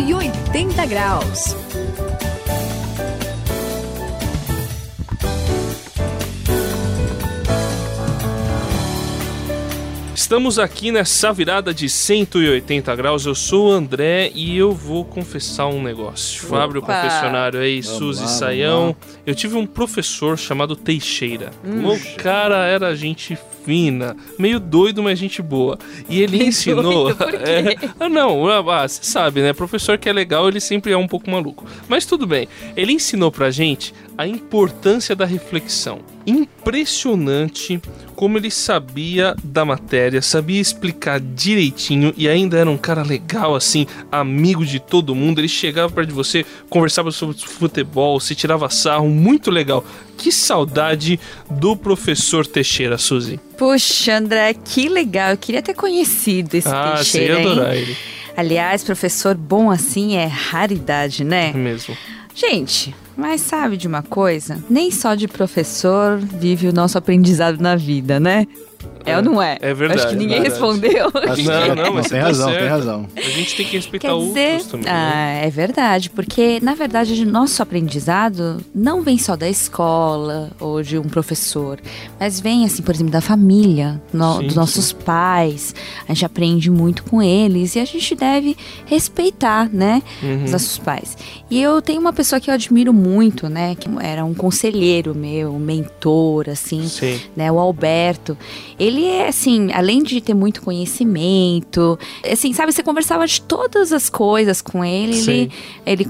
180 graus. Estamos aqui nessa virada de 180 graus, eu sou o André e eu vou confessar um negócio. Fábio, confessionário aí, Suzy, Saião. Eu tive um professor chamado Teixeira. O cara era gente fina, meio doido, mas gente boa. E ele ensinou... Doido, por quê? Você sabe, né? Professor que é legal, ele sempre é um pouco maluco. Mas tudo bem. Ele ensinou pra gente a importância da reflexão. Impressionante como ele sabia da matéria, sabia explicar direitinho e ainda era um cara legal, assim, amigo de todo mundo. Ele chegava perto de você, conversava sobre futebol, se tirava sarro, muito legal. Que saudade do professor Teixeira, Suzy. Puxa, André, que legal. Eu queria ter conhecido esse Teixeira, você ia adorar ele. Aliás, professor bom assim é raridade, né? É mesmo. Gente, mas sabe de uma coisa? Nem só de professor vive o nosso aprendizado na vida, né? É ou não é? É verdade. Acho que ninguém verdade. respondeu. Não, mas tem tá razão, certo. tem razão. A gente tem que respeitar Quer outros dizer, também. Né? é verdade, porque na verdade o nosso aprendizado não vem só da escola ou de um professor, mas vem assim, por exemplo, da família, dos nossos pais. A gente aprende muito com eles e a gente deve respeitar, né, os nossos pais. E eu tenho uma pessoa que eu admiro muito, né, que era um conselheiro meu, um mentor, assim, né, o Alberto. Ele é assim, além de ter muito conhecimento, assim, sabe, você conversava de todas as coisas com ele, ele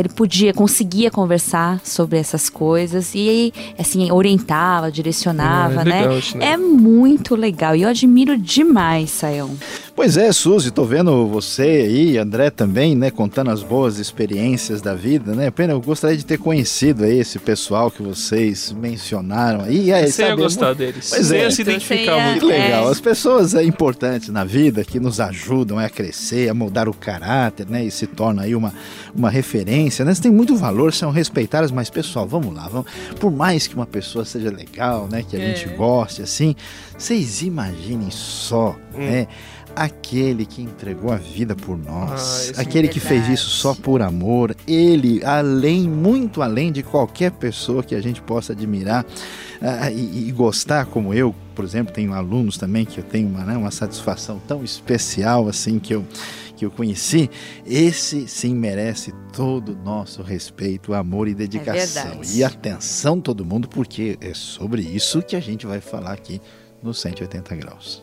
conseguia conversar sobre essas coisas e, assim, orientava, direcionava, né? Legal, É muito legal e eu admiro demais, Saião. Pois é, Suzy, tô vendo você aí, André também, né, contando as boas experiências da vida, né? Pena, eu gostaria de ter conhecido aí esse pessoal que vocês mencionaram aí. Você ia gostar deles. Pois você ia se identificar muito. Que legal. As pessoas importantes na vida que nos ajudam a crescer, a moldar o caráter, né? E se torna aí uma referência, né? Você tem muito valor, são respeitadas, mas pessoal, vamos lá, por mais que uma pessoa seja legal, né? Que a gente goste, assim, vocês imaginem só, né? Aquele que entregou a vida por nós, aquele que fez isso só por amor, ele, muito além de qualquer pessoa que a gente possa admirar e gostar, como eu, por exemplo, tenho alunos também que eu tenho uma satisfação tão especial assim que eu conheci, esse sim merece todo o nosso respeito, amor e dedicação e atenção todo mundo, porque é sobre isso que a gente vai falar aqui no 180 graus.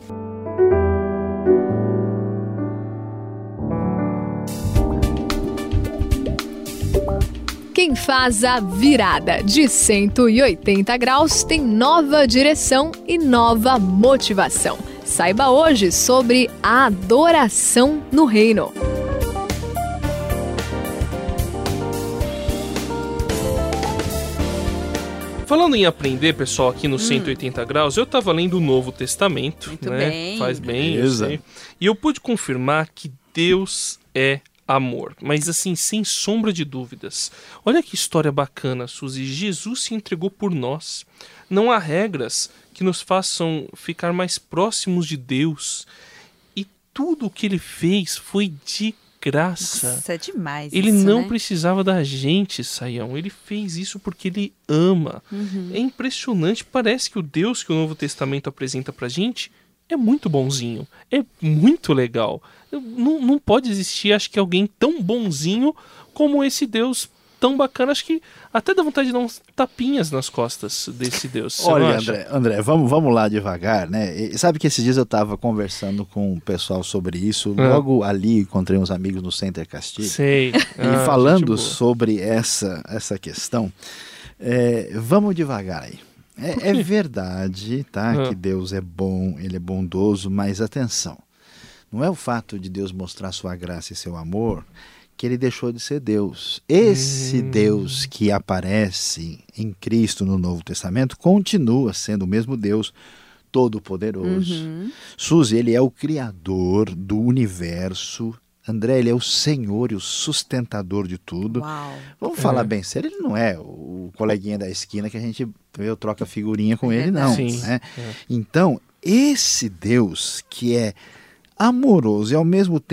Quem faz a virada de 180 graus tem nova direção e nova motivação. Saiba hoje sobre a adoração no reino. Falando em aprender, pessoal, aqui no 180 graus, eu estava lendo o Novo Testamento, Muito né? bem. Faz bem, eu sei. E eu pude confirmar que Deus é amor, mas assim, sem sombra de dúvidas. Olha que história bacana, Suzy. Jesus se entregou por nós. Não há regras que nos façam ficar mais próximos de Deus. E tudo o que ele fez foi de graça. Nossa, é demais ele isso, não né? precisava da gente, Saião. Ele fez isso porque ele ama. É impressionante. Parece que o Deus que o Novo Testamento apresenta pra gente é muito bonzinho. É muito legal. Não pode existir, acho que, alguém tão bonzinho como esse Deus tão bacana. Acho que até dá vontade de dar uns tapinhas nas costas desse Deus. Olha, André, vamos lá devagar, né? E sabe que esses dias eu estava conversando com o pessoal sobre isso. Logo ali encontrei uns amigos no Center Castilho. Sei. E falando sobre essa questão, vamos devagar aí. É verdade, tá? Que Deus é bom, ele é bondoso, mas atenção. Não é o fato de Deus mostrar sua graça e seu amor que ele deixou de ser Deus. Esse Deus que aparece em Cristo no Novo Testamento continua sendo o mesmo Deus todo-poderoso. Suzy, ele é o criador do universo. André, ele é o Senhor e o sustentador de tudo. Uau. Vamos falar bem sério, ele não é o coleguinha da esquina que a gente troca figurinha com ele, não. Sim. Né? Então, esse Deus que é amoroso e ao mesmo tempo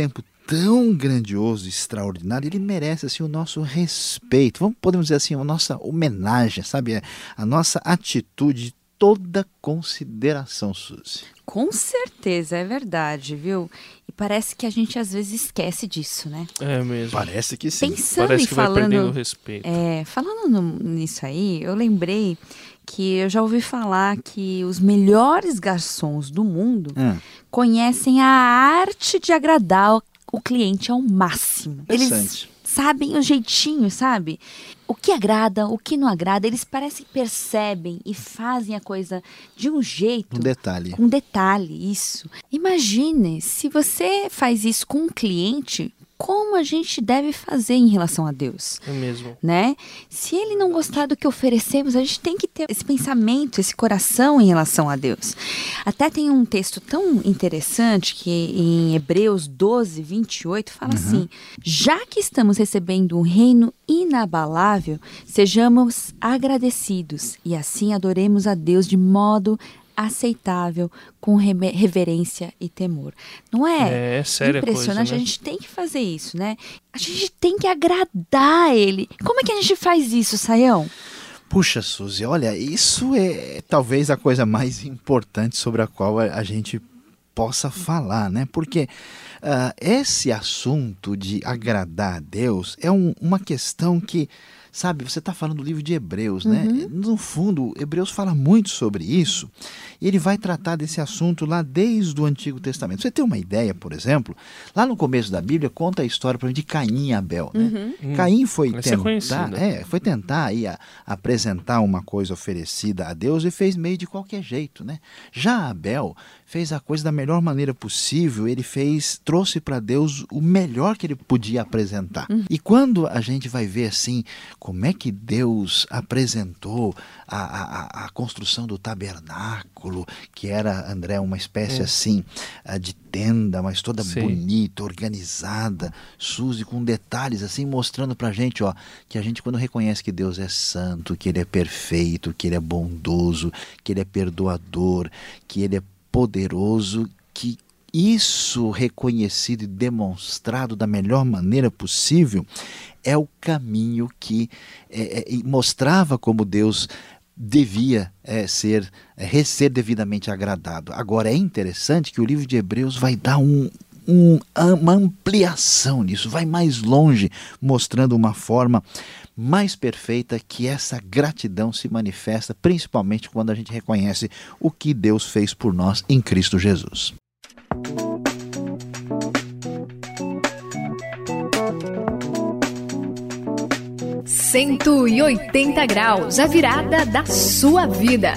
tão grandioso, extraordinário, ele merece assim o nosso respeito. Podemos dizer assim, a nossa homenagem, sabe? A nossa atitude de toda consideração, Suzy. Com certeza, é verdade, viu? E parece que a gente às vezes esquece disso, né? É mesmo. Parece que sim. Pensando Parece e que falando, vai perdendo o respeito. Falando nisso aí, eu lembrei que eu já ouvi falar que os melhores garçons do mundo conhecem a arte de agradar o cliente ao máximo. Eles sabem o jeitinho, sabe? O que agrada, o que não agrada, eles parecem que percebem e fazem a coisa de um jeito. Um detalhe. Com detalhe, isso. Imagine se você faz isso com um cliente, como a gente deve fazer em relação a Deus. É mesmo. Né? Se ele não gostar do que oferecemos, a gente tem que ter esse pensamento, esse coração em relação a Deus. Até tem um texto tão interessante que em Hebreus 12, 28 fala assim: já que estamos recebendo um reino inabalável, sejamos agradecidos e assim adoremos a Deus de modo aceitável, com reverência e temor. Não é? É séria impressionante? Coisa, né? A gente tem que fazer isso, né? A gente tem que agradar ele. Como é que a gente faz isso, Sayão? Puxa, Suzy, olha, isso é talvez a coisa mais importante sobre a qual a gente possa falar, né? Porque esse assunto de agradar a Deus é uma questão que, sabe, você está falando do livro de Hebreus, né? No fundo, Hebreus fala muito sobre isso e ele vai tratar desse assunto lá desde o Antigo Testamento. Você tem uma ideia, por exemplo, lá no começo da Bíblia conta a história de Caim e Abel, né? Caim foi tentar aí apresentar uma coisa oferecida a Deus e fez meio de qualquer jeito, né? Já Abel fez a coisa da melhor maneira possível, ele trouxe para Deus o melhor que ele podia apresentar. E quando a gente vai ver assim, como é que Deus apresentou a construção do tabernáculo, que era, André, uma espécie assim de tenda, mas toda bonita, organizada, Suzy, com detalhes assim, mostrando pra gente, ó, que a gente quando reconhece que Deus é santo, que Ele é perfeito, que Ele é bondoso, que Ele é perdoador, que Ele é poderoso, que isso reconhecido e demonstrado da melhor maneira possível é o caminho que mostrava como Deus devia ser devidamente agradado. Agora é interessante que o livro de Hebreus vai dar uma ampliação nisso, vai mais longe, mostrando uma forma mais perfeita que essa gratidão se manifesta, principalmente quando a gente reconhece o que Deus fez por nós em Cristo Jesus. Cento e 180 graus, a virada da sua vida.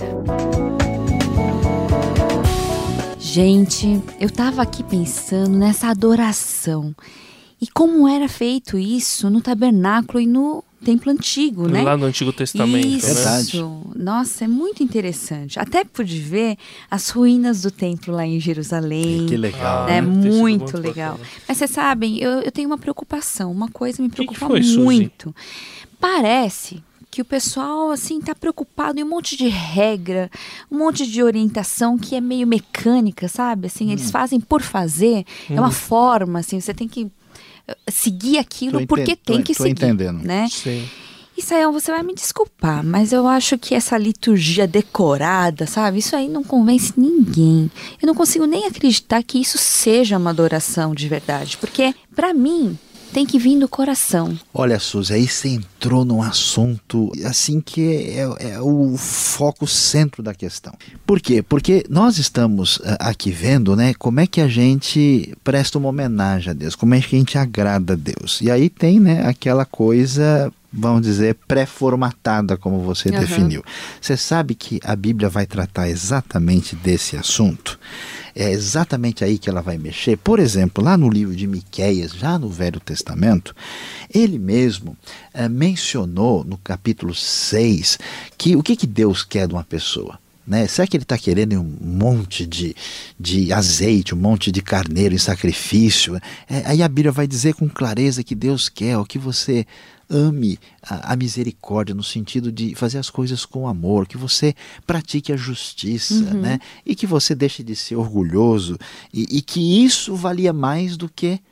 Gente, eu estava aqui pensando nessa adoração e como era feito isso no tabernáculo e no templo antigo, né? Lá no Antigo Testamento, isso. né? Verdade. Nossa, é muito interessante. Até pude ver as ruínas do templo lá em Jerusalém. Que legal. É Deve ter sido muito legal. bacana. Mas vocês sabem, eu tenho uma preocupação. Uma coisa me preocupa foi, Suzy? muito. Parece que o pessoal assim tá preocupado em um monte de regra, um monte de orientação que é meio mecânica, sabe? Assim, eles fazem por fazer. É uma forma, assim, você tem que seguir aquilo porque tem que seguir. Entendendo. Né? Sim. E Sayão, você vai me desculpar, mas eu acho que essa liturgia decorada, sabe? Isso aí não convence ninguém. Eu não consigo nem acreditar que isso seja uma adoração de verdade, porque para mim tem que vir do coração. Olha, Suzy, aí você entrou num assunto assim que é o foco centro da questão. Por quê? Porque nós estamos aqui vendo, né, como é que a gente presta uma homenagem a Deus, como é que a gente agrada a Deus. E aí tem, né, aquela coisa, vamos dizer, pré-formatada, como você definiu. Você sabe que a Bíblia vai tratar exatamente desse assunto? É exatamente aí que ela vai mexer. Por exemplo, lá no livro de Miqueias, já no Velho Testamento, ele mesmo mencionou no capítulo 6 que o que Deus quer de uma pessoa. Né? Será que ele está querendo um monte de azeite, um monte de carneiro em sacrifício? Aí a Bíblia vai dizer com clareza que Deus quer que você ame a misericórdia, no sentido de fazer as coisas com amor, que você pratique a justiça, né? E que você deixe de ser orgulhoso, e que isso valia mais do que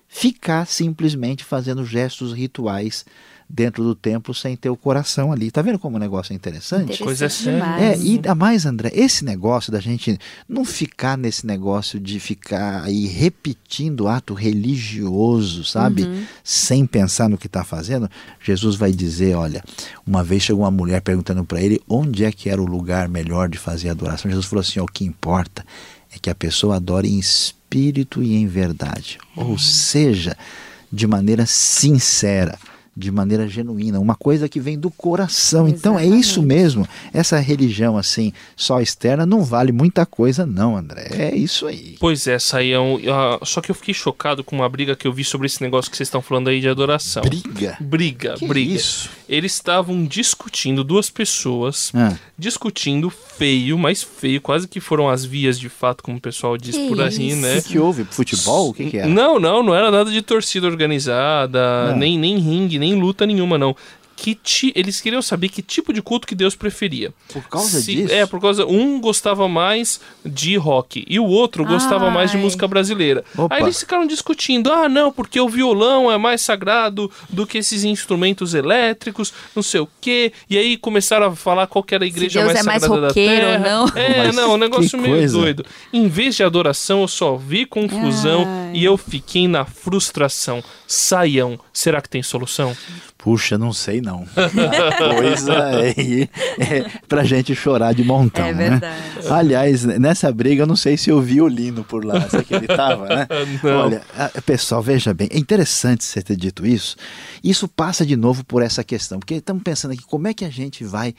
ficar simplesmente fazendo gestos rituais dentro do templo sem ter o coração ali. Tá vendo como o negócio é interessante? Coisa séria. E a mais, André, esse negócio da gente não ficar nesse negócio de ficar aí repetindo ato religioso, sabe? Sem pensar no que está fazendo. Jesus vai dizer, olha, uma vez chegou uma mulher perguntando para ele onde é que era o lugar melhor de fazer adoração. Jesus falou assim, o que importa é que a pessoa adore em espírito e em verdade. Ou seja, de maneira sincera, de maneira genuína, uma coisa que vem do coração. Exatamente. Então é isso mesmo, essa religião assim, só externa, não vale muita coisa não, André, é isso aí. Pois é, Saião, só que eu fiquei chocado com uma briga que eu vi sobre esse negócio que vocês estão falando aí de adoração. Briga. Isso? Eles estavam discutindo, duas pessoas, discutindo feio, mas feio, quase que foram as vias de fato, como o pessoal diz por aí, né? O que houve? Futebol? O que era? Não era nada de torcida organizada, nem ringue, nem luta nenhuma, não. Eles queriam saber que tipo de culto que Deus preferia. Por causa disso? Por causa... Um gostava mais de rock e o outro gostava mais de música brasileira. Opa. Aí eles ficaram discutindo. Não, porque o violão é mais sagrado do que esses instrumentos elétricos, não sei o quê. E aí começaram a falar qual que era a igreja mais sagrada da Terra. Não, um negócio meio doido. Em vez de adoração, eu só vi confusão e eu fiquei na frustração. Saião, será que tem solução? Puxa, não sei não. A coisa aí é pra gente chorar de montão, é verdade. Né? Aliás, nessa briga eu não sei se eu vi o Lino por lá, se que ele tava, né? Não. Olha, pessoal, veja bem, é interessante você ter dito isso. Isso passa de novo por essa questão, porque estamos pensando aqui, como é que a gente vai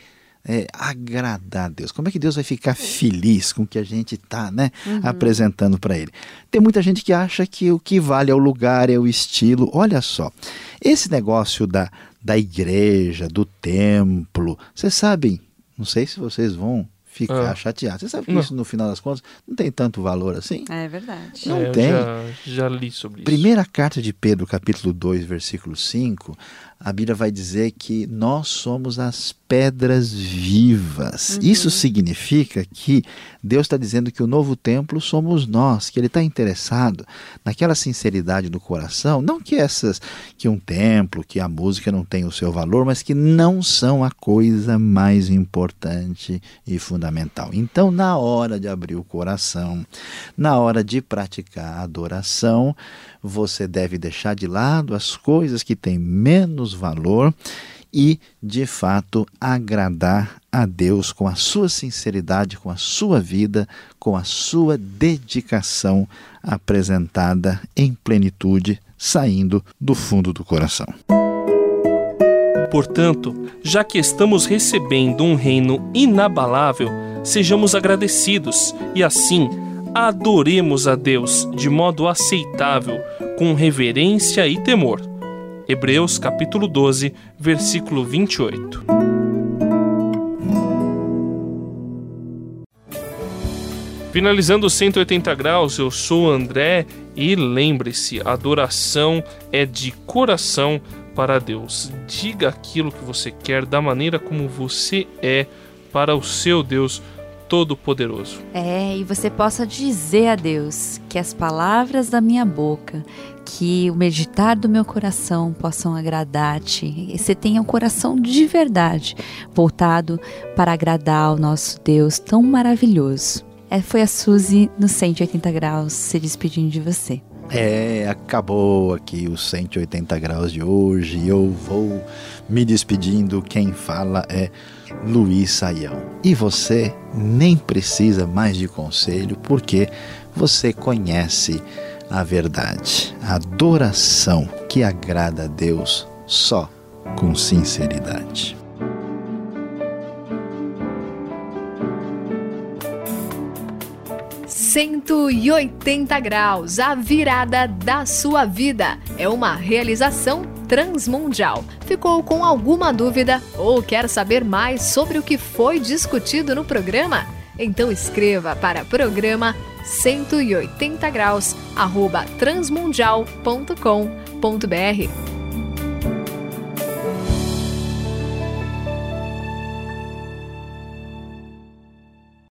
agradar a Deus? Como é que Deus vai ficar feliz com o que a gente está, né, apresentando para Ele? Tem muita gente que acha que o que vale é o lugar, é o estilo. Olha só, esse negócio da igreja, do templo, vocês sabem, não sei se vocês vão ficar chateados. Você sabe que isso, no final das contas, não tem tanto valor assim? É verdade. Não tem. Já li sobre isso. Primeira carta de Pedro, capítulo 2, versículo 5, a Bíblia vai dizer que nós somos as pedras vivas. Isso significa que Deus está dizendo que o novo templo somos nós, que Ele está interessado naquela sinceridade do coração, não que um templo, que a música não tem o seu valor, mas que não são a coisa mais importante e fundamental. Então, na hora de abrir o coração, na hora de praticar a adoração, você deve deixar de lado as coisas que têm menos valor e, de fato, agradar a Deus com a sua sinceridade, com a sua vida, com a sua dedicação apresentada em plenitude, saindo do fundo do coração. Portanto, já que estamos recebendo um reino inabalável, sejamos agradecidos e, assim, adoremos a Deus de modo aceitável, com reverência e temor. Hebreus capítulo 12, versículo 28. Finalizando 180 graus, eu sou o André e lembre-se, a adoração é de coração para Deus. Diga aquilo que você quer da maneira como você é para o seu Deus Todo-Poderoso. E você possa dizer a Deus que as palavras da minha boca, que o meditar do meu coração possam agradar-te. E você tenha um coração de verdade voltado para agradar ao nosso Deus tão maravilhoso. Foi a Suzy no 180 graus se despedindo de você. Acabou aqui os 180 graus de hoje. Eu vou me despedindo. Quem fala é Luiz Saião. E você nem precisa mais de conselho, porque você conhece a verdade. A adoração que agrada a Deus só com sinceridade. ...180 graus, a virada da sua vida. É uma realização transmundial. Ficou com alguma dúvida ou quer saber mais sobre o que foi discutido no programa? Então escreva para programa 180 graus @transmundial.com.br.